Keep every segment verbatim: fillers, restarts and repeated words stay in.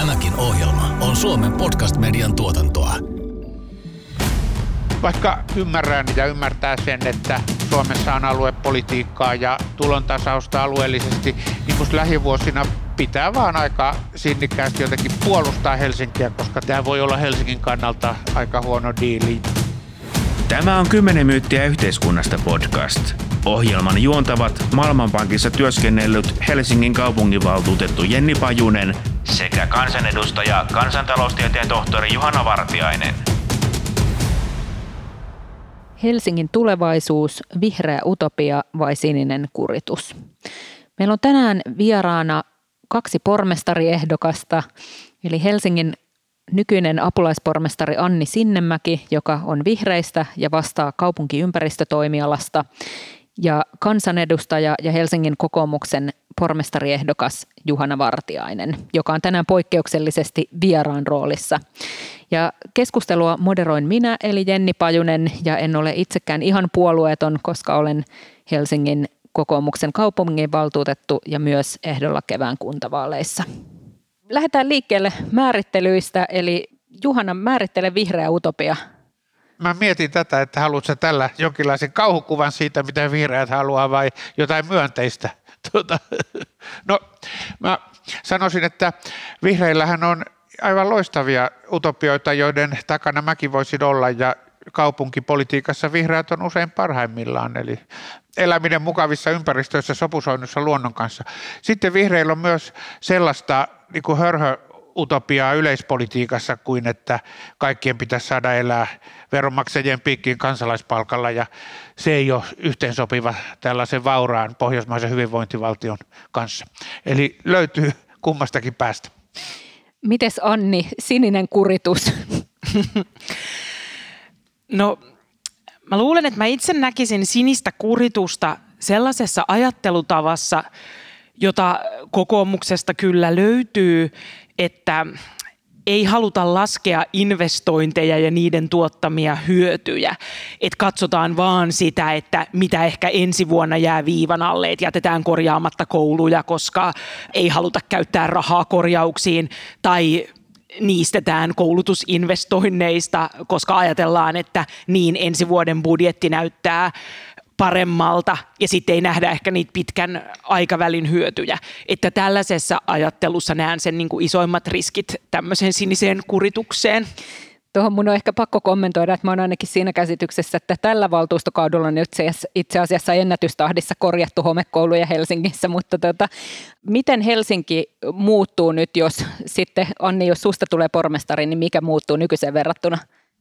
Tämäkin ohjelma on Suomen podcast-median tuotantoa. Vaikka ymmärrän ja ymmärtää sen, että Suomessa on aluepolitiikkaa ja tulontasausta alueellisesti, niin musta lähivuosina pitää vaan aika sinnikkäästi jotenkin puolustaa Helsinkiä, koska tämä voi olla Helsingin kannalta aika huono diili. Tämä on kymmenen myyttiä yhteiskunnasta podcast. Ohjelman juontavat Maailmanpankissa työskennellyt Helsingin kaupunginvaltuutettu Jenni Pajunen sekä kansanedustaja kansantaloustieteen tohtori Juhana Vartiainen. Helsingin tulevaisuus, vihreä utopia vai sininen kuritus? Meillä on tänään vieraana kaksi pormestariehdokasta, eli Helsingin nykyinen apulaispormestari Anni Sinnemäki, joka on vihreistä ja vastaa kaupunkiympäristötoimialasta, ja kansanedustaja ja Helsingin kokoomuksen pormestariehdokas Juhana Vartiainen, joka on tänään poikkeuksellisesti vieraan roolissa. Ja keskustelua moderoin minä, eli Jenni Pajunen, ja en ole itsekään ihan puolueeton, koska olen Helsingin kokoomuksen kaupunginvaltuutettu ja myös ehdolla kevään kuntavaaleissa. Lähdetään liikkeelle määrittelyistä, eli Juhana, määrittele vihreä utopia. Mä mietin tätä, että haluatko tällä jonkinlaisen kauhukuvan siitä, mitä vihreät haluaa vai jotain myönteistä. Tuota, no, mä sanoisin, että vihreillähän on aivan loistavia utopioita, joiden takana mäkin voisin olla, ja kaupunkipolitiikassa vihreät on usein parhaimmillaan, eli eläminen mukavissa ympäristöissä sopusoinnussa luonnon kanssa. Sitten vihreillä on myös sellaista niin kuin hörhö-utopiaa yleispolitiikassa kuin, että kaikkien pitäisi saada elää veronmaksajien piikkiin kansalaispalkalla, ja se ei ole yhteensopiva tällaisen vauraan pohjoismaisen hyvinvointivaltion kanssa. Eli löytyy kummastakin päästä. Mites Anni, sininen kuritus? No, mä luulen, että mä itse näkisin sinistä kuritusta sellaisessa ajattelutavassa, jota kokoomuksesta kyllä löytyy, että ei haluta laskea investointeja ja niiden tuottamia hyötyjä. Että katsotaan vaan sitä, että mitä ehkä ensi vuonna jää viivan alle, että jätetään korjaamatta kouluja, koska ei haluta käyttää rahaa korjauksiin, tai niistetään koulutusinvestoinneista, koska ajatellaan, että niin ensi vuoden budjetti näyttää paremmalta ja sitten ei nähdä ehkä niitä pitkän aikavälin hyötyjä. Että tällaisessa ajattelussa näen sen niin kuin isoimmat riskit tämmöiseen siniseen kuritukseen. Tuohon mun on ehkä pakko kommentoida, että mä oon ainakin siinä käsityksessä, että tällä valtuustokaudella on itse asiassa ennätystahdissa korjattu homekouluja Helsingissä, mutta tota, miten Helsinki muuttuu nyt, jos sitten, Anni, jos susta tulee pormestari, niin mikä muuttuu nykyiseen verrattuna?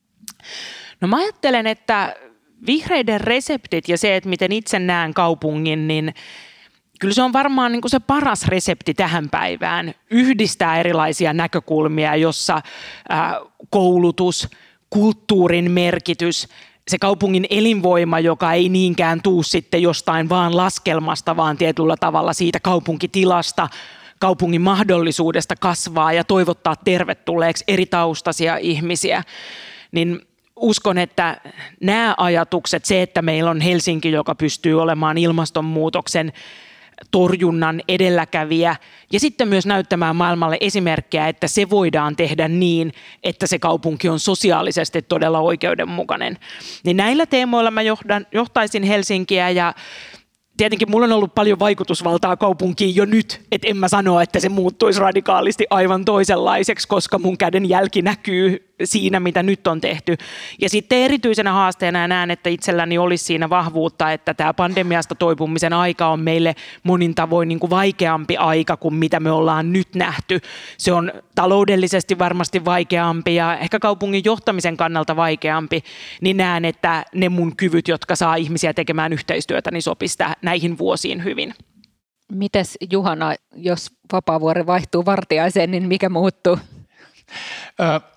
No mä ajattelen, että vihreiden reseptit ja se, että miten itse näen kaupungin, niin kyllä se on varmaan niin kuin se paras resepti tähän päivään. Yhdistää erilaisia näkökulmia, jossa ää, koulutus, kulttuurin merkitys, se kaupungin elinvoima, joka ei niinkään tuu sitten jostain vaan laskelmasta, vaan tietyllä tavalla siitä kaupunkitilasta, kaupungin mahdollisuudesta kasvaa ja toivottaa tervetulleeksi eri taustaisia ihmisiä, niin uskon, että nämä ajatukset, se, että meillä on Helsinki, joka pystyy olemaan ilmastonmuutoksen torjunnan edelläkävijä ja sitten myös näyttämään maailmalle esimerkkejä, että se voidaan tehdä niin, että se kaupunki on sosiaalisesti todella oikeudenmukainen. Niin näillä teemoilla mä johdan, johtaisin Helsinkiä, ja tietenkin mulla on ollut paljon vaikutusvaltaa kaupunkiin jo nyt, että en mä sano, että se muuttuisi radikaalisti aivan toisenlaiseksi, koska mun käden jälki näkyy siinä, mitä nyt on tehty. Ja sitten erityisenä haasteena näen, että itselläni olisi siinä vahvuutta, että tämä pandemiasta toipumisen aika on meille monin tavoin niin kuin vaikeampi aika kuin mitä me ollaan nyt nähty. Se on taloudellisesti varmasti vaikeampi ja ehkä kaupungin johtamisen kannalta vaikeampi, niin näen, että ne mun kyvyt, jotka saa ihmisiä tekemään yhteistyötä, niin sopisi näihin vuosiin hyvin. Mites Juhana, jos Vapaavuori vaihtuu Vartiaiseen, niin mikä muuttuu? Ö,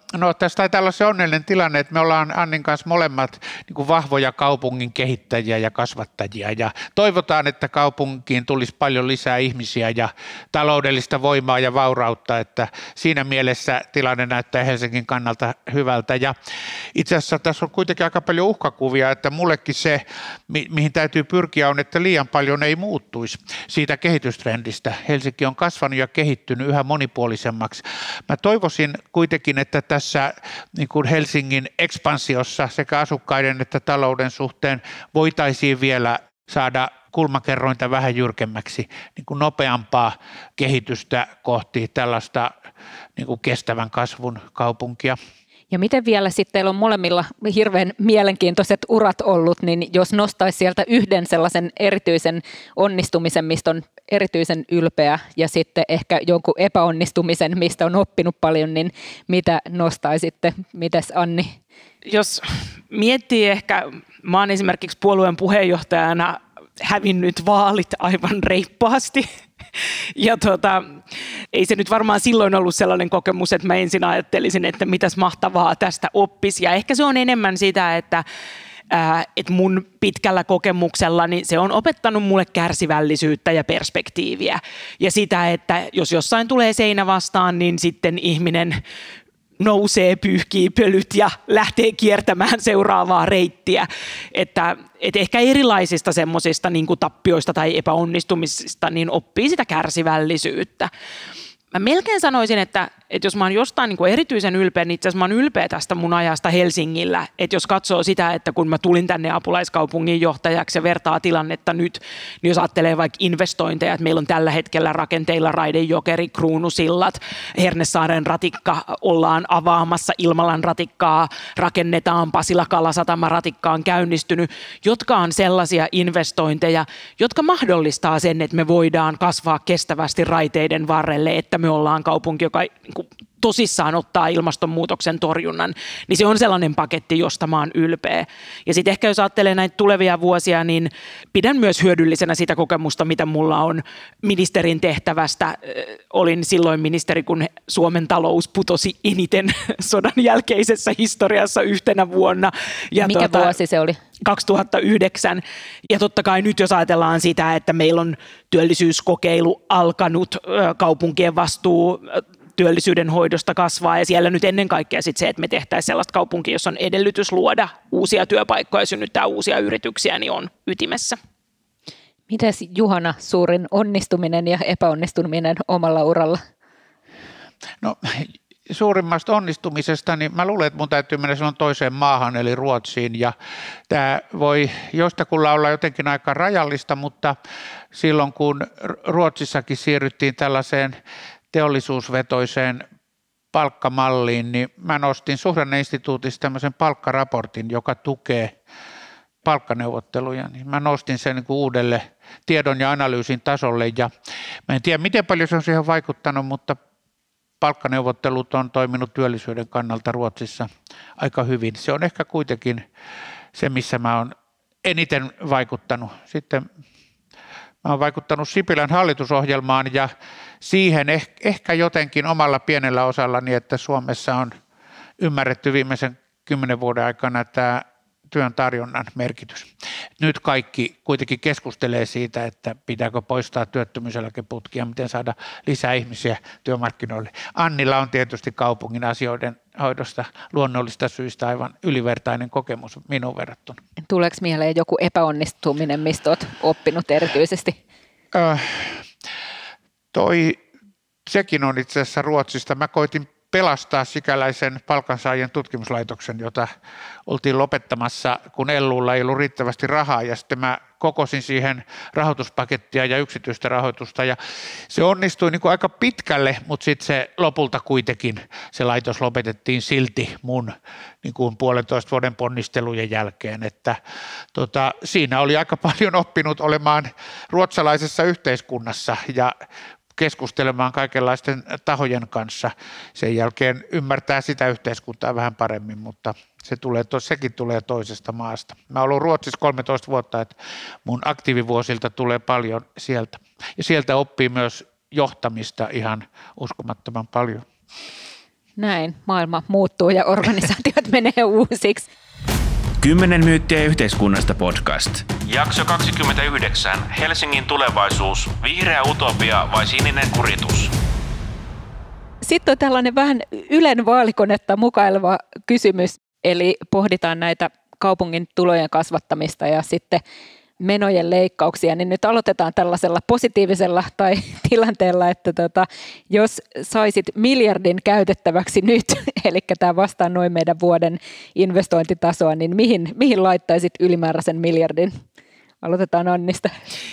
no tässä taitaa olla se onnellinen tilanne, että me ollaan Annin kanssa molemmat niin kuin vahvoja kaupungin kehittäjiä ja kasvattajia ja toivotaan, että kaupunkiin tulisi paljon lisää ihmisiä ja taloudellista voimaa ja vaurautta, että siinä mielessä tilanne näyttää Helsingin kannalta hyvältä ja itse asiassa tässä on kuitenkin aika paljon uhkakuvia, että mullekin se, mi- mihin täytyy pyrkiä on, että liian paljon ei muuttuisi siitä kehitystrendistä. Helsinki on kasvanut ja kehittynyt yhä monipuolisemmaksi. Mä toivoisin kuitenkin, että tässä niin kuin Helsingin ekspansiossa sekä asukkaiden että talouden suhteen voitaisiin vielä saada kulmakerrointa vähän jyrkemmäksi, niin kuin nopeampaa kehitystä kohti tällaista niin kuin kestävän kasvun kaupunkia. Ja miten vielä sitten teillä on molemmilla hirveän mielenkiintoiset urat ollut, niin jos nostaisi sieltä yhden sellaisen erityisen onnistumisen, mistä on erityisen ylpeä ja sitten ehkä jonkun epäonnistumisen, mistä on oppinut paljon, niin mitä nostaisitte? Mites Anni? Jos miettii ehkä, mä oon esimerkiksi puolueen puheenjohtajana hävinnyt vaalit aivan reippaasti. Ja tota, ei se nyt varmaan silloin ollut sellainen kokemus, että mä ensin ajattelisin, että mitäs mahtavaa tästä oppisi. Ja ehkä se on enemmän sitä, että ää, et mun pitkällä kokemuksella niin se on opettanut mulle kärsivällisyyttä ja perspektiiviä. Ja sitä, että jos jossain tulee seinä vastaan, niin sitten ihminen nousee, pyyhkii pölyt ja lähtee kiertämään seuraavaa reittiä. Että et ehkä erilaisista semmoisista niin kuin tappioista tai epäonnistumisista niin oppii sitä kärsivällisyyttä. Mä melkein sanoisin, että, että jos mä oon jostain niin kuin erityisen ylpeä, niin itse asiassa mä oon ylpeä tästä mun ajasta Helsingillä. Että jos katsoo sitä, että kun mä tulin tänne apulaiskaupungin johtajaksi ja vertaa tilannetta nyt, niin jos ajattelee vaikka investointeja, että meillä on tällä hetkellä rakenteilla Raide-Jokeri, Kruunusillat, Hernesaaren ratikka ollaan avaamassa, Ilmalan ratikkaa rakennetaan, Pasila-Kalasatama ratikka on käynnistynyt, jotka on sellaisia investointeja, jotka mahdollistaa sen, että me voidaan kasvaa kestävästi raiteiden varrelle, että me ollaan kaupunki, joka tosissaan ottaa ilmastonmuutoksen torjunnan, niin se on sellainen paketti, josta mä oon ylpeä. Ja sitten ehkä jos ajattelee näitä tulevia vuosia, niin pidän myös hyödyllisenä sitä kokemusta, mitä mulla on ministerin tehtävästä. Olin silloin ministeri, kun Suomen talous putosi eniten sodan jälkeisessä historiassa yhtenä vuonna. Ja Mikä tuota, vuosi se oli? kaksituhattayhdeksän. Ja totta kai nyt jos ajatellaan sitä, että meillä on työllisyyskokeilu alkanut, kaupunkien vastuu työllisyyden hoidosta kasvaa ja siellä nyt ennen kaikkea sit se, että me tehtäisiin sellaista kaupunkia, jossa on edellytys luoda uusia työpaikkoja ja synnyttää uusia yrityksiä, niin on ytimessä. Mites Juhana, suurin onnistuminen ja epäonnistuminen omalla uralla? No suurimmasta onnistumisesta, niin mä luulen, että mun täytyy mennä silloin toiseen maahan, eli Ruotsiin, ja tämä voi jostakulla olla jotenkin aika rajallista, mutta silloin kun Ruotsissakin siirryttiin tällaiseen teollisuusvetoiseen palkkamalliin, niin mä nostin Suhdanneinstituutista tämmöisen palkkaraportin, joka tukee palkkaneuvotteluja, niin mä nostin sen niin kuin uudelle tiedon ja analyysin tasolle, ja mä en tiedä, miten paljon se on siihen vaikuttanut, mutta palkkaneuvottelut on toiminut työllisyyden kannalta Ruotsissa aika hyvin. Se on ehkä kuitenkin se, missä mä oon eniten vaikuttanut. Sitten mä oon vaikuttanut Sipilän hallitusohjelmaan ja siihen ehkä jotenkin omalla pienellä osallani, että Suomessa on ymmärretty viimeisen kymmenen vuoden aikana tämä työn tarjonnan merkitys. Nyt kaikki kuitenkin keskustelee siitä, että pitääkö poistaa työttömyyseläkeputkia, miten saada lisää ihmisiä työmarkkinoille. Annilla on tietysti kaupungin asioiden hoidosta luonnollista syistä aivan ylivertainen kokemus minun verrattuna. Tuleeko mieleen joku epäonnistuminen, mistä olet oppinut erityisesti? Äh, toi, sekin on itse asiassa Ruotsista. Mä koitin pelastaa sikäläisen palkansaajien tutkimuslaitoksen, jota oltiin lopettamassa, kun Ellulla ei ollut riittävästi rahaa, ja sitten mä kokosin siihen rahoituspakettia ja yksityistä rahoitusta, ja se onnistui niin kuin aika pitkälle, mutta sitten se lopulta kuitenkin se laitos lopetettiin silti mun niin kuin puolentoista vuoden ponnistelujen jälkeen, että tota, siinä oli aika paljon oppinut olemaan ruotsalaisessa yhteiskunnassa ja keskustelemaan kaikenlaisten tahojen kanssa. Sen jälkeen ymmärtää sitä yhteiskuntaa vähän paremmin, mutta se tulee, sekin tulee toisesta maasta. Mä olen ollut Ruotsissa kolmetoista vuotta, että mun aktiivivuosilta tulee paljon sieltä. Ja sieltä oppii myös johtamista ihan uskomattoman paljon. Näin, maailma muuttuu ja organisaatiot menee uusiksi. Kymmenen myyttiä yhteiskunnasta podcast. Jakso kaksikymmentäyhdeksän. Helsingin tulevaisuus. Vihreä utopia vai sininen kuritus? Sitten on tällainen vähän Ylen vaalikonetta mukaileva kysymys, eli pohditaan näitä kaupungin tulojen kasvattamista ja sitten menojen leikkauksia, niin nyt aloitetaan tällaisella positiivisella tai tilanteella, että tota, jos saisit miljardin käytettäväksi nyt, eli tämä vastaa noin meidän vuoden investointitasoa, niin mihin, mihin laittaisit ylimääräisen miljardin? Aloitetaan Annista.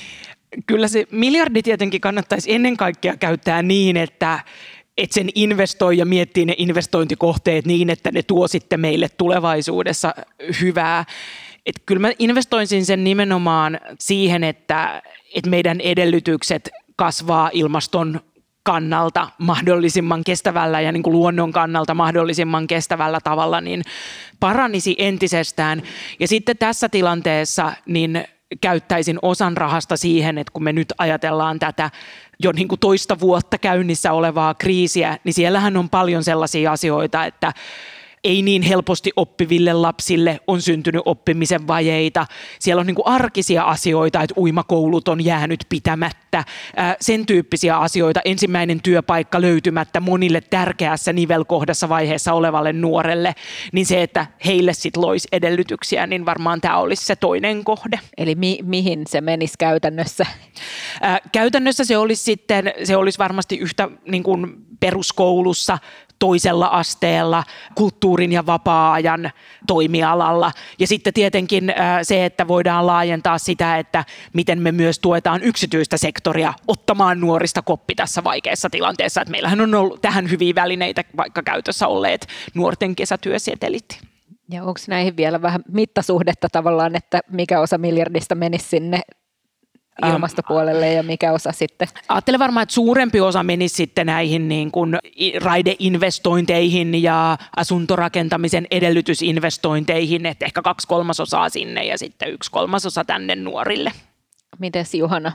Kyllä se miljardi tietenkin kannattaisi ennen kaikkea käyttää niin, että että sen investoi ja miettii ne investointikohteet niin, että ne tuo sitten meille tulevaisuudessa hyvää. Et kyllä mä investoisin sen nimenomaan siihen, että, että meidän edellytykset kasvaa ilmaston kannalta mahdollisimman kestävällä ja niin kuin luonnon kannalta mahdollisimman kestävällä tavalla, niin paranisi entisestään. Ja sitten tässä tilanteessa niin käyttäisin osan rahasta siihen, että kun me nyt ajatellaan tätä jo niin kuin toista vuotta käynnissä olevaa kriisiä, niin siellähän on paljon sellaisia asioita, että ei niin helposti oppiville lapsille on syntynyt oppimisen vajeita. Siellä on niin kuin arkisia asioita, että uimakoulut on jäänyt pitämättä. Sen tyyppisiä asioita, ensimmäinen työpaikka löytymättä monille tärkeässä nivelkohdassa vaiheessa olevalle nuorelle, niin se, että heille sit loisi edellytyksiä, niin varmaan tämä olisi se toinen kohde. Eli mi- mihin se menisi käytännössä? Ää, käytännössä se olisi sitten, se olisi varmasti yhtä niin kuin peruskoulussa, toisella asteella, kulttuurin ja vapaa-ajan toimialalla. Ja sitten tietenkin se, että voidaan laajentaa sitä, että miten me myös tuetaan yksityistä sektoria ottamaan nuorista koppi tässä vaikeassa tilanteessa. Että meillähän on ollut tähän hyviä välineitä vaikka käytössä olleet nuorten kesätyösetelit. Ja onko näihin vielä vähän mittasuhdetta tavallaan, että mikä osa miljardista menisi sinne ilmastopuolelle ja mikä osa sitten? Ajattelen varmaan, että suurempi osa menisi sitten näihin niin kuin raideinvestointeihin ja asuntorakentamisen edellytysinvestointeihin, että ehkä kaksi kolmasosaa sinne ja sitten yksi kolmasosa tänne nuorille. Mites Juhana?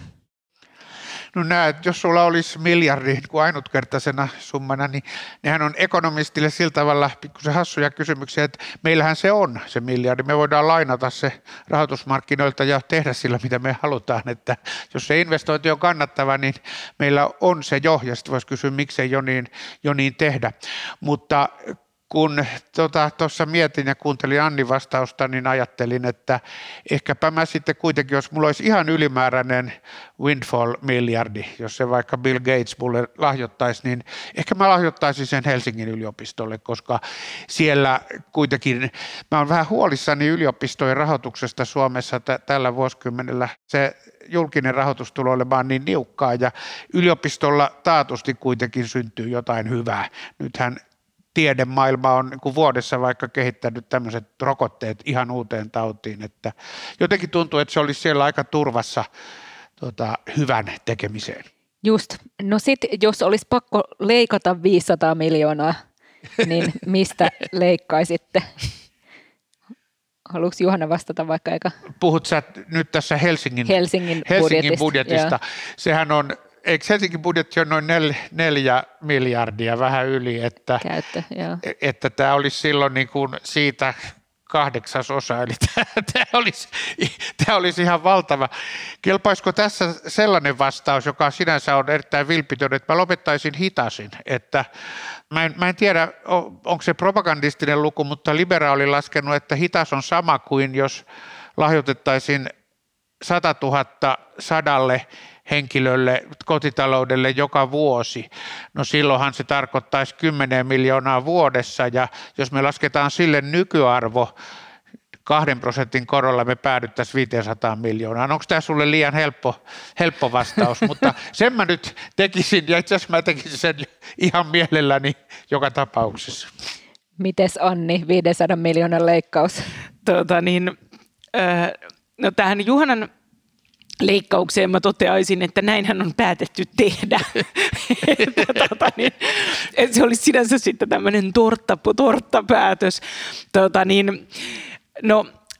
No näet, jos sulla olisi miljardi kuin ainutkertaisena summana, niin nehän on ekonomistille sillä tavalla pikkusen hassuja kysymyksiä, että meillähän se on se miljardi. Me voidaan lainata se rahoitusmarkkinoilta ja tehdä sillä, mitä me halutaan. Että jos se investointi on kannattava, niin meillä on se jo, ja sitten voisi kysyä, miksei jo niin, jo niin tehdä. Mutta kun tuossa tota, mietin ja kuuntelin Annin vastausta, niin ajattelin, että ehkäpä mä sitten kuitenkin, jos mulla olisi ihan ylimääräinen windfall-miljardi, jos se vaikka Bill Gates mulle lahjoittaisi, niin ehkä mä lahjoittaisin sen Helsingin yliopistolle, koska siellä kuitenkin, mä oon vähän huolissani yliopistojen rahoituksesta Suomessa t- tällä vuosikymmenellä. Se julkinen rahoitus tulee olemaan niin niukkaa ja yliopistolla taatusti kuitenkin syntyy jotain hyvää. Nythän tiedemaailma on niin kuin vuodessa vaikka kehittänyt tämmöiset rokotteet ihan uuteen tautiin, että jotenkin tuntuu, että se olisi siellä aika turvassa tota, hyvän tekemiseen. Just. No sit, jos olisi pakko leikata viisisataa miljoonaa, niin mistä leikkaisitte? Haluatko Juhana vastata vaikka aika? Puhut sä nyt tässä Helsingin, Helsingin, Helsingin budjetista? budjetista. Sehän on, eikö Helsingin budjetti on noin nel, neljä miljardia vähän yli, että, Käyttö, joo. että tämä olisi silloin niin kuin siitä kahdeksasosa, eli tämä olisi, tämä olisi ihan valtava. Kelpaisiko tässä sellainen vastaus, joka sinänsä on erittäin vilpitön, että mä lopettaisin hitasin, että mä en, mä en tiedä, onko se propagandistinen luku, mutta liberaali laskenut, että hitas on sama kuin jos lahjoitettaisiin satatuhatta sadalle henkilölle, kotitaloudelle joka vuosi. No silloinhan se tarkoittaisi kymmenen miljoonaa vuodessa, ja jos me lasketaan sille nykyarvo, kahden prosentin korolla me päädyttäisiin viisisataa miljoonaa. Onko tämä sulle liian helppo, helppo vastaus? Mutta sen mä nyt tekisin, ja itse asiassa mä tekisin sen ihan mielelläni joka tapauksessa. Mites Anni, viisisataa miljoonan leikkaus? Tota niin, äh, no tähän Juhanan leikkaukseen mä toteaisin, että näinhän on päätetty tehdä. tota, niin, se olisi sinänsä sitten tämmöinen tortta, torttapäätös. Tota, niin, no,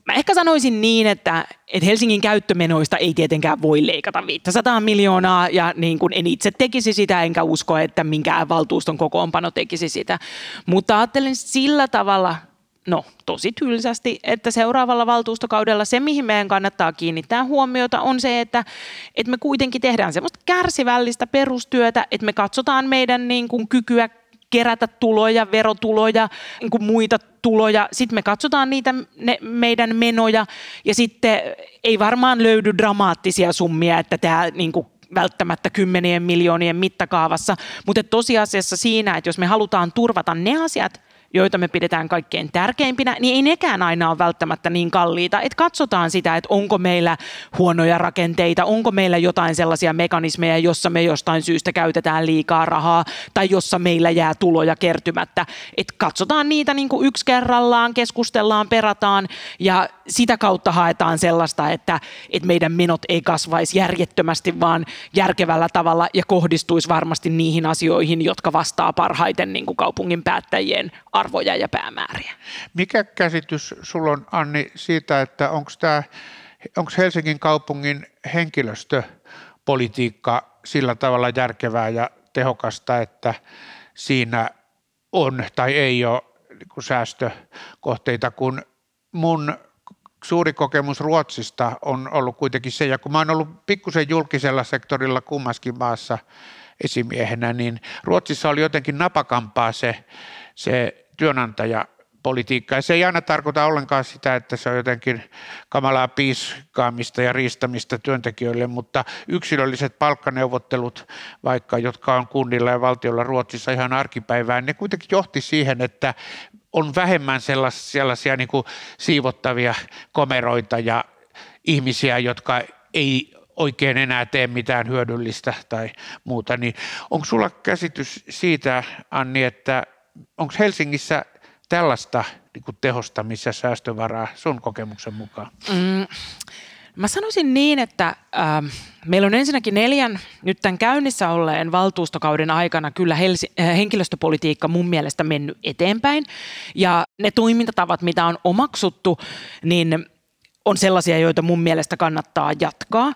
Mä ehkä sanoisin niin, että, että Helsingin käyttömenoista ei tietenkään voi leikata viisisataa miljoonaa ja niin kuin en itse tekisi sitä, enkä usko, että minkään valtuuston kokoonpano tekisi sitä. Mutta ajattelen sillä tavalla, no tosi tylsästi, että seuraavalla valtuustokaudella se, mihin meidän kannattaa kiinnittää huomiota, on se, että, että me kuitenkin tehdään semmoista kärsivällistä perustyötä, että me katsotaan meidän niin kuin kykyä kerätä tuloja, verotuloja, niin kuin muita tuloja. Sitten me katsotaan niitä ne, meidän menoja ja sitten ei varmaan löydy dramaattisia summia, että tämä niin kuin välttämättä kymmenien miljoonien mittakaavassa, mutta tosiasiassa siinä, että jos me halutaan turvata ne asiat, joita me pidetään kaikkein tärkeimpinä, niin ei nekään aina ole välttämättä niin kalliita, että katsotaan sitä, että onko meillä huonoja rakenteita, onko meillä jotain sellaisia mekanismeja, jossa me jostain syystä käytetään liikaa rahaa tai jossa meillä jää tuloja kertymättä, että katsotaan niitä niin kuin yksi kerrallaan, keskustellaan, perataan ja sitä kautta haetaan sellaista, että, että meidän menot ei kasvaisi järjettömästi, vaan järkevällä tavalla ja kohdistuisi varmasti niihin asioihin, jotka vastaa parhaiten niin kuin kaupungin päättäjien arvoja ja päämääriä. Mikä käsitys sulla on, Anni, siitä, että onko tämä, onko Helsingin kaupungin henkilöstöpolitiikka sillä tavalla järkevää ja tehokasta, että siinä on tai ei ole niin kuin säästökohteita, kun mun suuri kokemus Ruotsista on ollut kuitenkin se, ja kun mä oon ollut pikkusen julkisella sektorilla kummaskin maassa esimiehenä, niin Ruotsissa oli jotenkin napakampaa se, se työnantajapolitiikka, ja se ei aina tarkoita ollenkaan sitä, että se on jotenkin kamalaa piiskaamista ja riistämistä työntekijöille, mutta yksilölliset palkkaneuvottelut, vaikka jotka on kunnilla ja valtiolla Ruotsissa ihan arkipäivään, ne kuitenkin johti siihen, että on vähemmän sellaisia, sellaisia niin kuin siivottavia komeroita ja ihmisiä, jotka ei oikein enää tee mitään hyödyllistä tai muuta, niin onko sulla käsitys siitä, Anni, että onko Helsingissä tällaista niin kuin tehostamis- ja säästövaraa sun kokemuksen mukaan? Mm, mä sanoisin niin, että äh, meillä on ensinnäkin neljän nyt tämän käynnissä olleen valtuustokauden aikana kyllä Helsi- äh, henkilöstöpolitiikka mun mielestä mennyt eteenpäin ja ne toimintatavat, mitä on omaksuttu, niin on sellaisia, joita mun mielestä kannattaa jatkaa.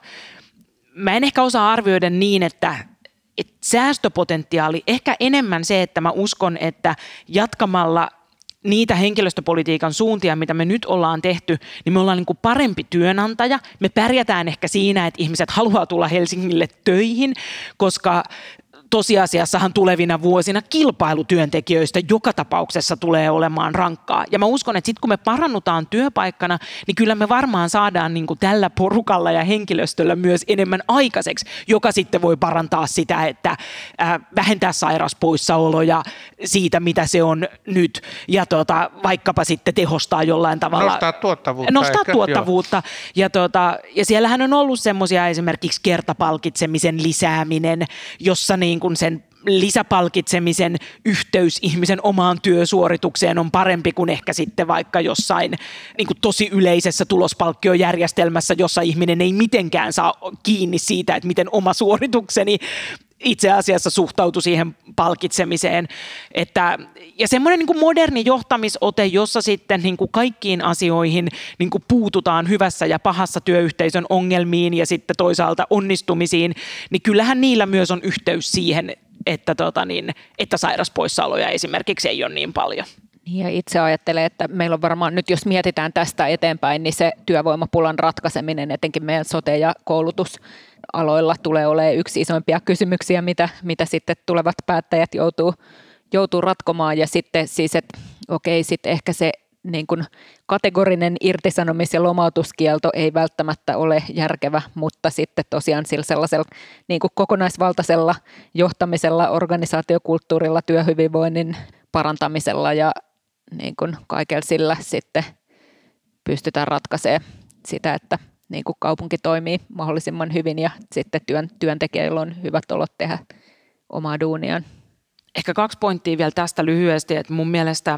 Mä en ehkä osaa arvioida niin, että, että säästöpotentiaali, ehkä enemmän se, että mä uskon, että jatkamalla niitä henkilöstöpolitiikan suuntia, mitä me nyt ollaan tehty, niin me ollaan niin kuin parempi työnantaja. Me pärjätään ehkä siinä, että ihmiset haluaa tulla Helsingille töihin, koska tosiasiassahan tulevina vuosina kilpailutyöntekijöistä joka tapauksessa tulee olemaan rankkaa. Ja mä uskon, että sitten kun me parannutaan työpaikkana, niin kyllä me varmaan saadaan niin kuin tällä porukalla ja henkilöstöllä myös enemmän aikaiseksi, joka sitten voi parantaa sitä, että äh, vähentää sairauspoissaoloja siitä, mitä se on nyt. Ja tota, vaikkapa sitten tehostaa jollain tavalla. Nostaa tuottavuutta. Nostaa ehkä, tuottavuutta. Ja, tota, ja siellähän on ollut semmoisia esimerkiksi kertapalkitsemisen lisääminen, jossa niin kun sen lisäpalkitsemisen yhteys ihmisen omaan työsuoritukseen on parempi kuin ehkä sitten vaikka jossain niin kuin tosi yleisessä tulospalkkiojärjestelmässä, jossa ihminen ei mitenkään saa kiinni siitä, että miten oma suoritukseni itse asiassa suhtautui siihen palkitsemiseen. Että, ja semmoinen niin kuin moderni johtamisote, jossa sitten niin kuin kaikkiin asioihin niin kuin puututaan hyvässä ja pahassa työyhteisön ongelmiin ja sitten toisaalta onnistumisiin, niin kyllähän niillä myös on yhteys siihen, että, tota niin, että sairauspoissaoloja esimerkiksi ei ole niin paljon. Ja itse ajattelen, että meillä on varmaan nyt, jos mietitään tästä eteenpäin, niin se työvoimapulan ratkaiseminen etenkin meidän sote- ja koulutusaloilla tulee olemaan yksi isoimpia kysymyksiä, mitä, mitä sitten tulevat päättäjät joutuu, joutuu ratkomaan. Ja sitten siis, että okei, sitten ehkä se niin kuin kategorinen irtisanomis- ja lomautuskielto ei välttämättä ole järkevä, mutta sitten tosiaan sillä sellaisella niin kuin kokonaisvaltaisella johtamisella, organisaatiokulttuurilla, työhyvinvoinnin parantamisella ja niin kuin kaikella sillä sitten pystytään ratkaisemaan sitä, että niin kuin kaupunki toimii mahdollisimman hyvin ja sitten työn, työntekijöillä on hyvät olot tehdä omaa duuniaan. Ehkä kaksi pointtia vielä tästä lyhyesti, että mun mielestä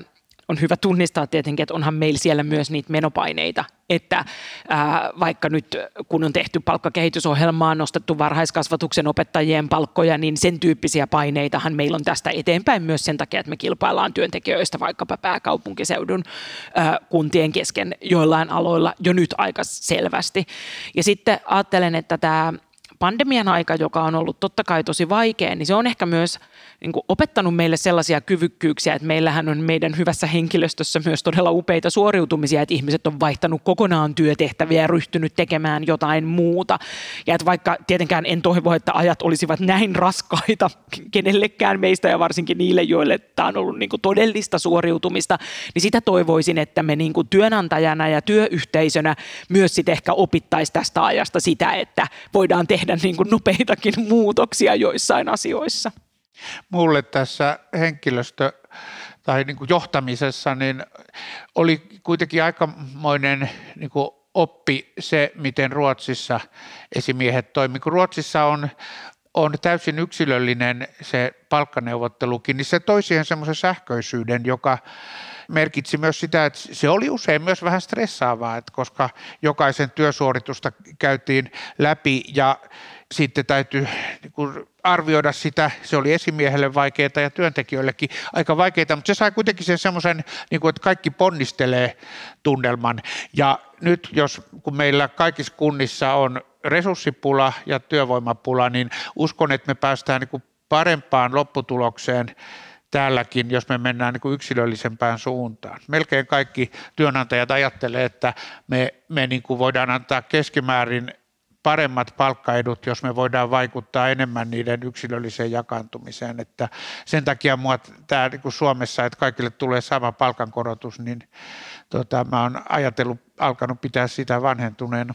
on hyvä tunnistaa tietenkin, että onhan meillä siellä myös niitä menopaineita, että ää, vaikka nyt kun on tehty palkkakehitysohjelmaa, nostettu varhaiskasvatuksen opettajien palkkoja, niin sen tyyppisiä paineitahan meillä on tästä eteenpäin myös sen takia, että me kilpaillaan työntekijöistä vaikkapa pääkaupunkiseudun ää, kuntien kesken joillain aloilla jo nyt aika selvästi. Ja sitten ajattelen, että tämä pandemian aika, joka on ollut totta kai tosi vaikea, niin se on ehkä myös niin kuin opettanut meille sellaisia kyvykkyyksiä, että meillähän on meidän hyvässä henkilöstössä myös todella upeita suoriutumisia, että ihmiset on vaihtanut kokonaan työtehtäviä ja ryhtynyt tekemään jotain muuta. Ja että vaikka tietenkään en toivo, että ajat olisivat näin raskaita kenellekään meistä ja varsinkin niille, joille tämä on ollut niin kuin todellista suoriutumista, niin sitä toivoisin, että me niin kuin työnantajana ja työyhteisönä myös sitten ehkä opittaisiin tästä ajasta sitä, että voidaan tehdä niin kuin nopeitakin muutoksia joissain asioissa. Mulle tässä henkilöstö- tai niin kuin johtamisessa niin oli kuitenkin aikamoinen niin kuin oppi se, miten Ruotsissa esimiehet toimivat. Kun Ruotsissa on, on täysin yksilöllinen se palkkaneuvottelukin, niin se toi siihen semmoisen sähköisyyden, joka merkitsi myös sitä, että se oli usein myös vähän stressaavaa, että koska jokaisen työsuoritusta käytiin läpi ja sitten täytyy niin kuin arvioida sitä, se oli esimiehelle vaikeaa ja työntekijöillekin aika vaikeaa, mutta se sai kuitenkin sen semmoisen, niin kuin, että kaikki ponnistelee tunnelman. Ja nyt jos, kun meillä kaikissa kunnissa on resurssipula ja työvoimapula, niin uskon, että me päästään niin kuin parempaan lopputulokseen täälläkin, jos me mennään niin kuin yksilöllisempään suuntaan. Melkein kaikki työnantajat ajattelee, että me, me niin kuin voidaan antaa keskimäärin paremmat palkkaedut, jos me voidaan vaikuttaa enemmän niiden yksilölliseen jakaantumiseen. Että sen takia mua tämä niin kuin Suomessa, että kaikille tulee sama palkankorotus, niin tota, mä oon ajatellut, alkanut pitää sitä vanhentuneena.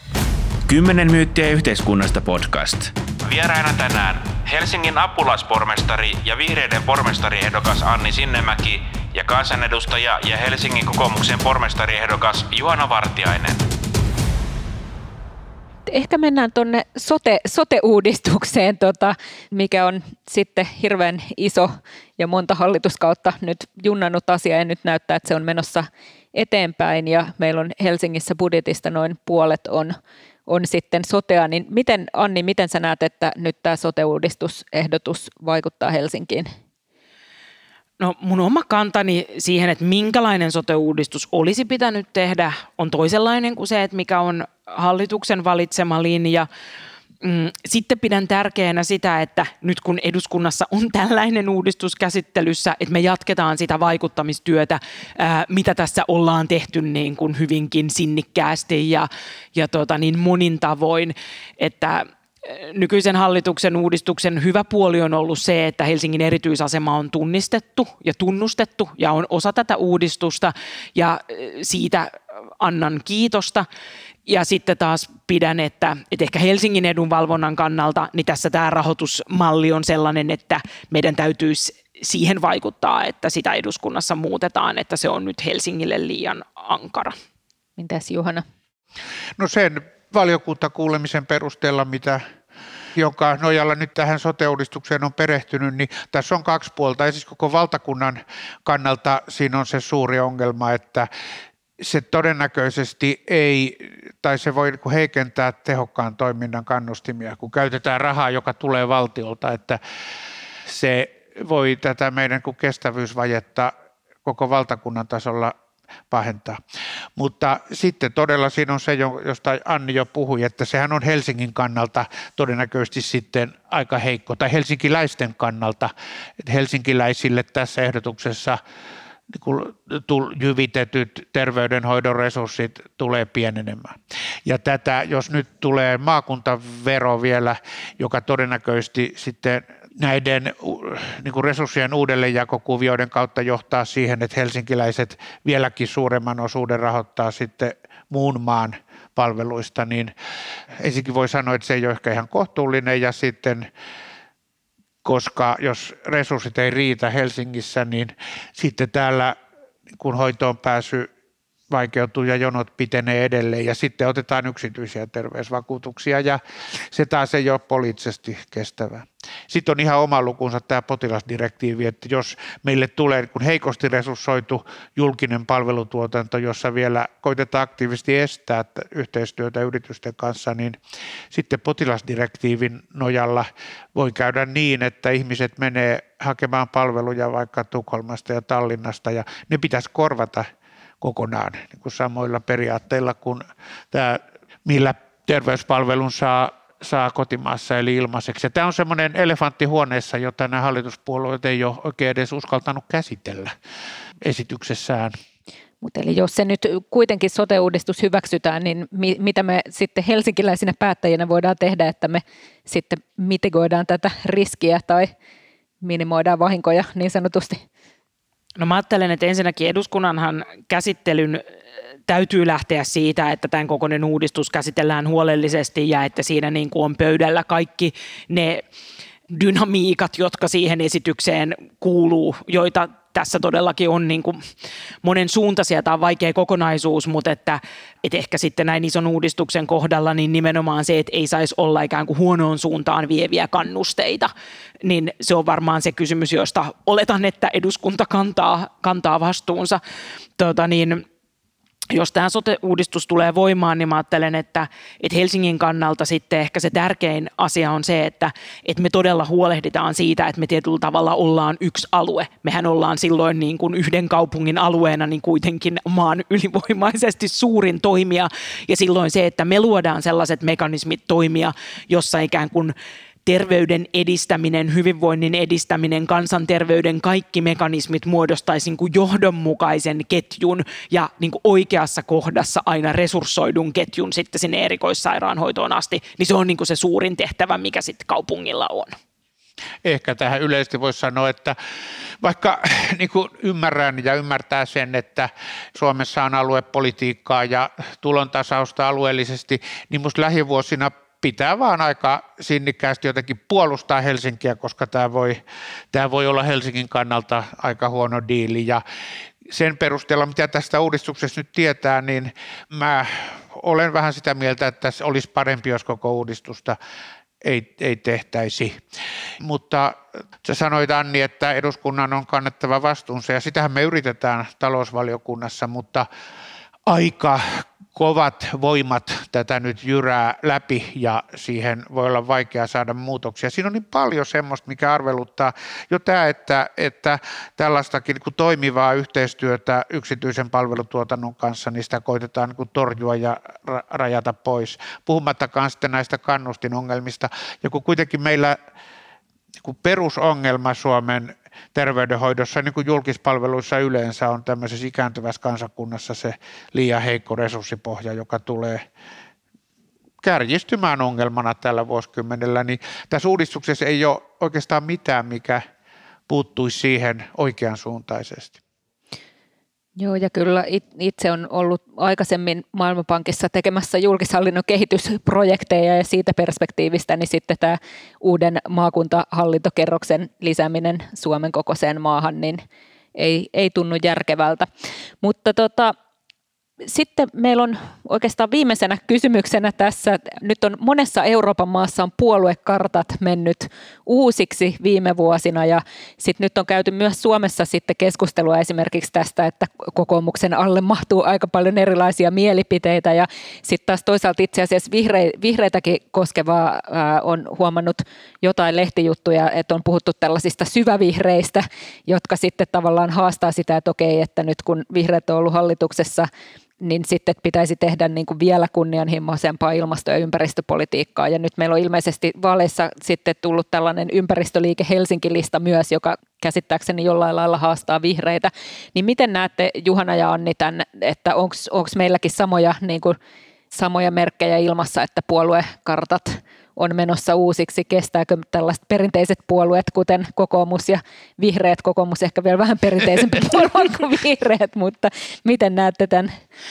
Kymmenen myyttiä yhteiskunnasta podcast. Vieraina tänään Helsingin apulaispormestari ja vihreiden pormestariehdokas Anni Sinnemäki ja kansanedustaja ja Helsingin kokoomuksen pormestariehdokas Juhana Vartiainen. Ehkä mennään tuonne sote, sote-uudistukseen, tota, mikä on sitten hirveän iso ja monta hallituskautta nyt junnannut asia ja nyt näyttää, että se on menossa eteenpäin ja meillä on Helsingissä budjetista noin puolet on, on sitten sotea. Niin miten, Anni, miten sä näet, että nyt tämä sote-uudistusehdotus vaikuttaa Helsinkiin? No mun oma kantani siihen, että minkälainen sote-uudistus olisi pitänyt tehdä, on toisenlainen kuin se, että mikä on hallituksen valitsema linja. Sitten pidän tärkeänä sitä, että nyt kun eduskunnassa on tällainen uudistus käsittelyssä, että me jatketaan sitä vaikuttamistyötä, mitä tässä ollaan tehty niin kuin hyvinkin sinnikkäästi ja, ja tota niin monin tavoin, että nykyisen hallituksen uudistuksen hyvä puoli on ollut se, että Helsingin erityisasema on tunnistettu ja tunnustettu ja on osa tätä uudistusta ja siitä annan kiitosta. Ja sitten taas pidän, että, että ehkä Helsingin edunvalvonnan kannalta niin tässä tämä rahoitusmalli on sellainen, että meidän täytyisi siihen vaikuttaa, että sitä eduskunnassa muutetaan, että se on nyt Helsingille liian ankara. Mitäs Juhana? No sen valiokuntakuulemisen perusteella, mitä, jonka nojalla nyt tähän sote-uudistukseen on perehtynyt, niin tässä on kaksi puolta. Ja siis koko valtakunnan kannalta siinä on se suuri ongelma, että se todennäköisesti ei, tai se voi heikentää tehokkaan toiminnan kannustimia, kun käytetään rahaa, joka tulee valtiolta, että se voi tätä meidän kestävyysvajetta koko valtakunnan tasolla pahentaa. Mutta sitten todella siinä on se, josta Anni jo puhui, että sehän on Helsingin kannalta todennäköisesti sitten aika heikko, tai helsinkiläisten kannalta, että helsinkiläisille tässä ehdotuksessa niin jyvitetyt terveydenhoidon resurssit tulee pienenemään. Ja tätä, jos nyt tulee maakuntavero vielä, joka todennäköisesti sitten näiden niin kuin resurssien uudelleenjakokuvioiden kautta johtaa siihen, että helsinkiläiset vieläkin suuremman osuuden rahoittaa sitten muun maan palveluista, niin ensinnäkin voi sanoa, että se ei ole ehkä ihan kohtuullinen ja sitten koska jos resurssit ei riitä Helsingissä, niin sitten täällä kun hoitoon pääsy vaikeutuu ja jonot pitenee edelleen ja sitten otetaan yksityisiä terveysvakuutuksia ja se taas ei ole poliittisesti kestävää. Sitten on ihan oma lukunsa tämä potilasdirektiivi, että jos meille tulee kun heikosti resurssoitu julkinen palvelutuotanto, jossa vielä koitetaan aktiivisesti estää yhteistyötä yritysten kanssa, niin sitten potilasdirektiivin nojalla voi käydä niin, että ihmiset menee hakemaan palveluja vaikka Tukholmasta ja Tallinnasta ja ne pitäisi korvata kokonaan niin kuin samoilla periaatteilla kuin tämä, millä terveyspalvelun saa, saa kotimaassa eli ilmaiseksi. Ja tämä on semmoinen elefantti huoneessa, jota nämä hallituspuolueet ei ole oikein edes uskaltanut käsitellä esityksessään. Mutta eli jos se nyt kuitenkin sote-uudistus hyväksytään, niin mi- mitä me sitten helsinkiläisinä päättäjinä voidaan tehdä, että me sitten mitigoidaan tätä riskiä tai minimoidaan vahinkoja niin sanotusti? No mä ajattelen, että ensinnäkin eduskunnanhan käsittelyn täytyy lähteä siitä, että tämän kokoinen uudistus käsitellään huolellisesti ja että siinä niin kuin on pöydällä kaikki ne dynamiikat, jotka siihen esitykseen kuuluu, joita tässä todellakin on niin kuin monen suuntaisia, tämä on vaikea kokonaisuus, mutta että, että ehkä sitten näin ison uudistuksen kohdalla niin nimenomaan se, että ei saisi olla ikään kuin huonoon suuntaan vieviä kannusteita, niin se on varmaan se kysymys, josta oletan, että eduskunta kantaa, kantaa vastuunsa. Tota niin, jos tämä sote-uudistus tulee voimaan, niin mä ajattelen, että, että Helsingin kannalta sitten ehkä se tärkein asia on se, että, että me todella huolehditaan siitä, että me tietyllä tavalla ollaan yksi alue. Mehän ollaan silloin niin kuin yhden kaupungin alueena niin kuitenkin maan ylivoimaisesti suurin toimija, ja silloin se, että me luodaan sellaiset mekanismit toimia, jossa ikään kuin terveyden edistäminen, hyvinvoinnin edistäminen, kansanterveyden kaikki mekanismit muodostaisi niin kuin johdonmukaisen ketjun ja niin kuin oikeassa kohdassa aina resurssoidun ketjun sitten sinne erikoissairaanhoitoon asti, niin se on niin kuin se suurin tehtävä, mikä sitten kaupungilla on. Ehkä tähän yleisesti voisi sanoa, että vaikka niin kuin ymmärrän ja ymmärtää sen, että Suomessa on aluepolitiikkaa ja tulontasausta alueellisesti, niin musta lähivuosina pitää vaan aika sinnikkäästi jotenkin puolustaa Helsinkiä, koska tämä voi, tämä voi olla Helsingin kannalta aika huono diili. Ja sen perusteella, mitä tästä uudistuksesta nyt tietää, niin mä olen vähän sitä mieltä, että tässä olisi parempi, jos koko uudistusta ei, ei tehtäisi. Mutta sä sanoit, Anni, että eduskunnan on kannettava vastuunsa, ja sitähän me yritetään talousvaliokunnassa, mutta aika kovat voimat tätä nyt jyrää läpi ja siihen voi olla vaikea saada muutoksia. Siinä on niin paljon semmoista, mikä arveluttaa jo tämä, että, että tällaistakin niin kuin toimivaa yhteistyötä yksityisen palvelutuotannon kanssa, niin sitä koitetaan niin kuin torjua ja ra- rajata pois. Puhumattakaan sitten näistä kannustinongelmista. Ja kun kuitenkin meillä kun perusongelma Suomen terveydenhoidossa, niin kuin julkispalveluissa yleensä on tämmöisessä ikääntyvässä kansakunnassa se liian heikko resurssipohja, joka tulee kärjistymään ongelmana tällä vuosikymmenellä, niin tässä uudistuksessa ei ole oikeastaan mitään, mikä puuttuisi siihen oikeansuuntaisesti. Joo, ja kyllä itse on ollut aikaisemmin Maailmanpankissa tekemässä julkishallinnon kehitysprojekteja, ja siitä perspektiivistä niin sitten tämä uuden maakuntahallintokerroksen lisääminen Suomen kokoiseen maahan niin ei, ei tunnu järkevältä. Mutta tota, sitten meillä on oikeastaan viimeisenä kysymyksenä tässä, nyt on monessa Euroopan maassa on puoluekartat mennyt uusiksi viime vuosina, ja sitten nyt on käyty myös Suomessa sitten keskustelua esimerkiksi tästä, että kokoomuksen alle mahtuu aika paljon erilaisia mielipiteitä, ja sitten taas toisaalta itse asiassa vihre, vihreitäkin koskevaa ää, on huomannut jotain lehtijuttuja, että on puhuttu tällaisista syvävihreistä, jotka sitten tavallaan haastaa sitä, että okei, että nyt kun vihreät on ollut hallituksessa, niin sitten pitäisi tehdä niin kuin vielä kunnianhimoisempaa ilmasto- ja ympäristöpolitiikkaa. Ja nyt meillä on ilmeisesti vaaleissa sitten tullut tällainen ympäristöliike Helsinki-lista myös, joka käsittääkseni jollain lailla haastaa vihreitä. Niin miten näette, Juhana ja Anni, tämän, että onko meilläkin samoja, niin kuin, samoja merkkejä ilmassa, että puoluekartat on menossa uusiksi? Kestääkö tällaiset perinteiset puolueet, kuten kokoomus ja vihreät, kokoomus ehkä vielä vähän perinteisempi puolue kuin vihreät, mutta miten näette tämän?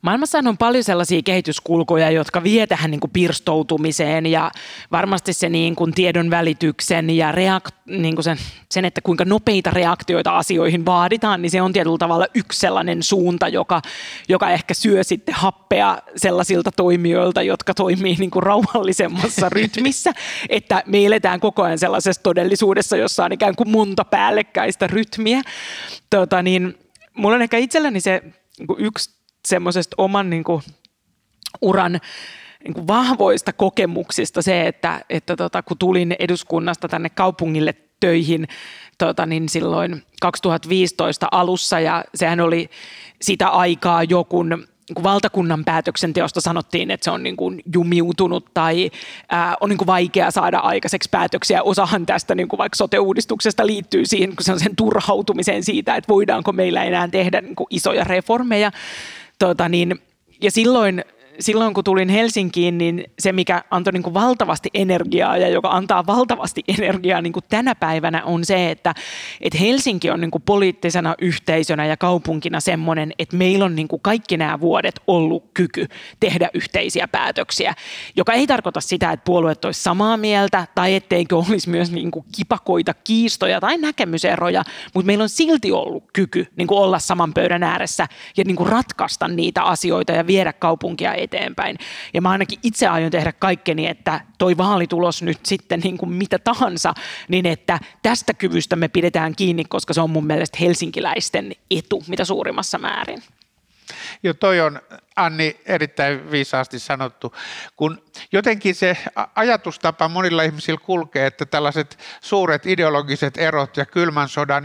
Maailmassahan on paljon sellaisia kehityskulkuja, jotka vie tähän niin kuin pirstoutumiseen ja varmasti se niin kuin tiedon välityksen ja reak- niin kuin sen, sen, että kuinka nopeita reaktioita asioihin vaaditaan, niin se on tietyllä tavalla yksi sellainen suunta, joka, joka ehkä syö sitten happea sellaisilta toimijoilta, jotka toimii niin kuin rauhallisemmassa rytmissä, että me eletään koko ajan sellaisessa todellisuudessa, jossa on ikään kuin monta päällekkäistä rytmiä. Tota, niin, mulla on ehkä itselläni se niin kuin yksi semmoisesta oman niin kuin, uran niin kuin vahvoista kokemuksista se, että, että tota, kun tulin eduskunnasta tänne kaupungille töihin tota, niin silloin kaksituhattaviisitoista alussa ja sehän oli sitä aikaa jo, kun niin kuin valtakunnan päätöksenteosta sanottiin, että se on niin kuin jumiutunut tai ää, on niin kuin vaikea saada aikaiseksi päätöksiä. Osahan tästä niin kuin vaikka sote-uudistuksesta liittyy siihen, kun se on sen turhautumiseen siitä, että voidaanko meillä enää tehdä niin kuin isoja reformeja. Tota niin, ja silloin, silloin, kun tulin Helsinkiin, niin se, mikä antoi niin kuin valtavasti energiaa ja joka antaa valtavasti energiaa niin kuin tänä päivänä, on se, että, että Helsinki on niin kuin poliittisena yhteisönä ja kaupunkina semmoinen, että meillä on niin kuin kaikki nämä vuodet ollut kyky tehdä yhteisiä päätöksiä, joka ei tarkoita sitä, että puolueet olisi samaa mieltä tai etteikö olisi myös niin kuin kipakoita kiistoja tai näkemyseroja, mutta meillä on silti ollut kyky niin kuin olla saman pöydän ääressä ja niin kuin ratkaista niitä asioita ja viedä kaupunkia eteenpäin. Ja mä ainakin itse aion tehdä kaikkeni, että toi vaalitulos nyt sitten niin kuin mitä tahansa, niin että tästä kyvystä me pidetään kiinni, koska se on mun mielestä helsinkiläisten etu mitä suurimmassa määrin. Joo, toi on, Anni, erittäin viisaasti sanottu, kun jotenkin se ajatustapa monilla ihmisillä kulkee, että tällaiset suuret ideologiset erot ja kylmän sodan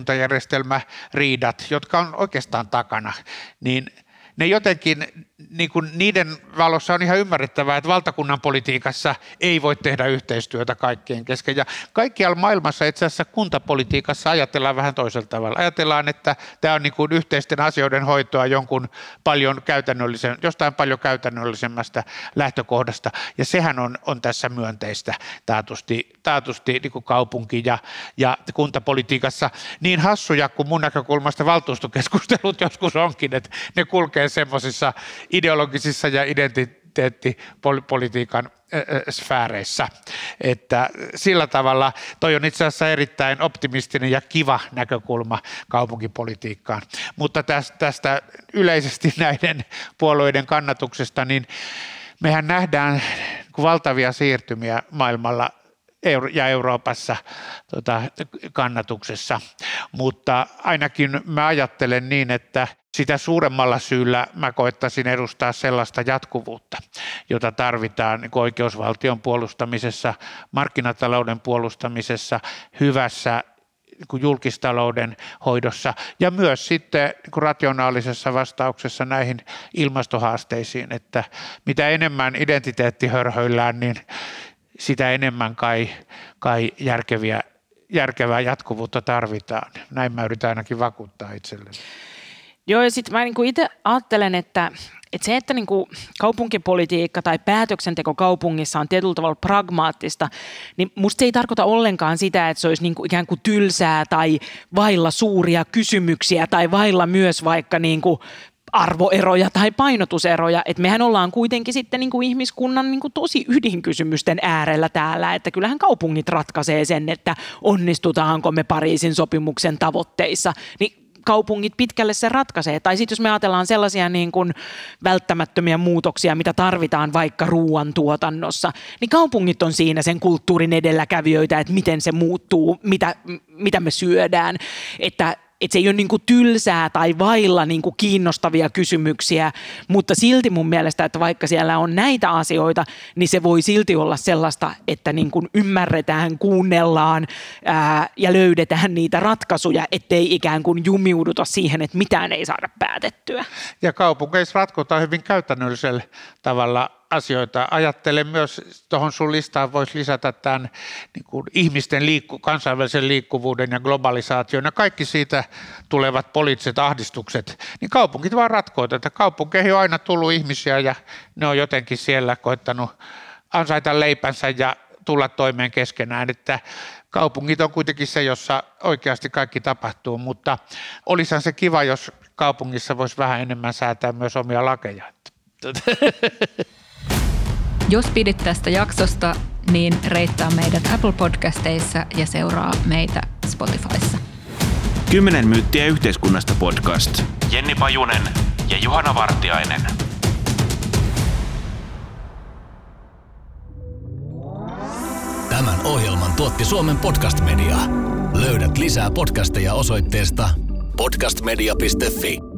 yhteiskuntajärjestelmäriidat, jotka on oikeastaan takana, niin ne jotenkin, niin kuin niiden valossa on ihan ymmärrettävää, että valtakunnan politiikassa ei voi tehdä yhteistyötä kaikkien kesken. Ja kaikkialla maailmassa itse asiassa kuntapolitiikassa ajatellaan vähän toisella tavalla. Ajatellaan, että tämä on niin kuin yhteisten asioiden hoitoa jonkun paljon käytännöllisen, jostain paljon käytännöllisemmästä lähtökohdasta. Ja sehän on, on tässä myönteistä taatusti, taatusti niin kuin kaupunki- ja, ja kuntapolitiikassa. Niin hassuja kuin mun näkökulmasta valtuustokeskustelut joskus onkin, että ne kulkee semmoisissa ideologisissa ja identiteettipolitiikan sfääreissä, että sillä tavalla toi on itse asiassa erittäin optimistinen ja kiva näkökulma kaupunkipolitiikkaan, mutta tästä, tästä yleisesti näiden puolueiden kannatuksesta, niin mehän nähdään valtavia siirtymiä maailmalla ja Euroopassa tuota, kannatuksessa, mutta ainakin mä ajattelen niin, että sitä suuremmalla syyllä mä koettaisin edustaa sellaista jatkuvuutta, jota tarvitaan niin kuin oikeusvaltion puolustamisessa, markkinatalouden puolustamisessa, hyvässä niin kuin julkistalouden hoidossa ja myös sitten niin kuin rationaalisessa vastauksessa näihin ilmastohaasteisiin, että mitä enemmän identiteetti hörhöillään, niin sitä enemmän kai, kai järkeviä, järkevää jatkuvuutta tarvitaan. Näin mä yritän ainakin vakuuttaa itselleni. Joo, ja sitten mä niinku itse ajattelen, että, että se, että niinku kaupunkipolitiikka tai päätöksenteko kaupungissa on tietyllä tavalla pragmaattista, niin musta se ei tarkoita ollenkaan sitä, että se olisi niinku ikään kuin tylsää tai vailla suuria kysymyksiä tai vailla myös vaikka niinku arvoeroja tai painotuseroja, että mehän ollaan kuitenkin sitten niin kuin ihmiskunnan niin kuin tosi ydinkysymysten äärellä täällä, että kyllähän kaupungit ratkaisee sen, että onnistutaanko me Pariisin sopimuksen tavoitteissa, niin kaupungit pitkälle se ratkaisee. Tai sitten jos me ajatellaan sellaisia niin kuin välttämättömiä muutoksia, mitä tarvitaan vaikka ruoantuotannossa, niin kaupungit on siinä sen kulttuurin edelläkävijöitä, että miten se muuttuu, mitä, mitä me syödään, että Että se ei ole niin kuin tylsää tai vailla niin kuin kiinnostavia kysymyksiä, mutta silti mun mielestä, että vaikka siellä on näitä asioita, niin se voi silti olla sellaista, että niin kuin ymmärretään, kuunnellaan ää, ja löydetään niitä ratkaisuja, ettei ikään kuin jumiuduta siihen, että mitään ei saada päätettyä. Ja kaupungeissa ratkotaan hyvin käytännöllisellä tavalla asioita. Ajattelen myös, tuohon sun listaan voisi lisätä tämän niin kuin ihmisten liikku, kansainvälisen liikkuvuuden ja globalisaation ja kaikki siitä tulevat poliittiset ahdistukset, niin kaupungit vaan ratkoivat, että kaupunkeihin on aina tullut ihmisiä ja ne on jotenkin siellä koittanut ansaita leipänsä ja tulla toimeen keskenään, että kaupungit on kuitenkin se, jossa oikeasti kaikki tapahtuu, mutta olisihan se kiva, jos kaupungissa voisi vähän enemmän säätää myös omia lakeja. Jos pidit tästä jaksosta, niin reittaa meidät Apple Podcasteissa ja seuraa meitä Spotifyssa. Kymmenen myyttiä yhteiskunnasta podcast. Jenni Pajunen ja Juhana Vartiainen. Tämän ohjelman tuotti Suomen Podcast Media. Löydät lisää podcasteja osoitteesta podcast media piste fi.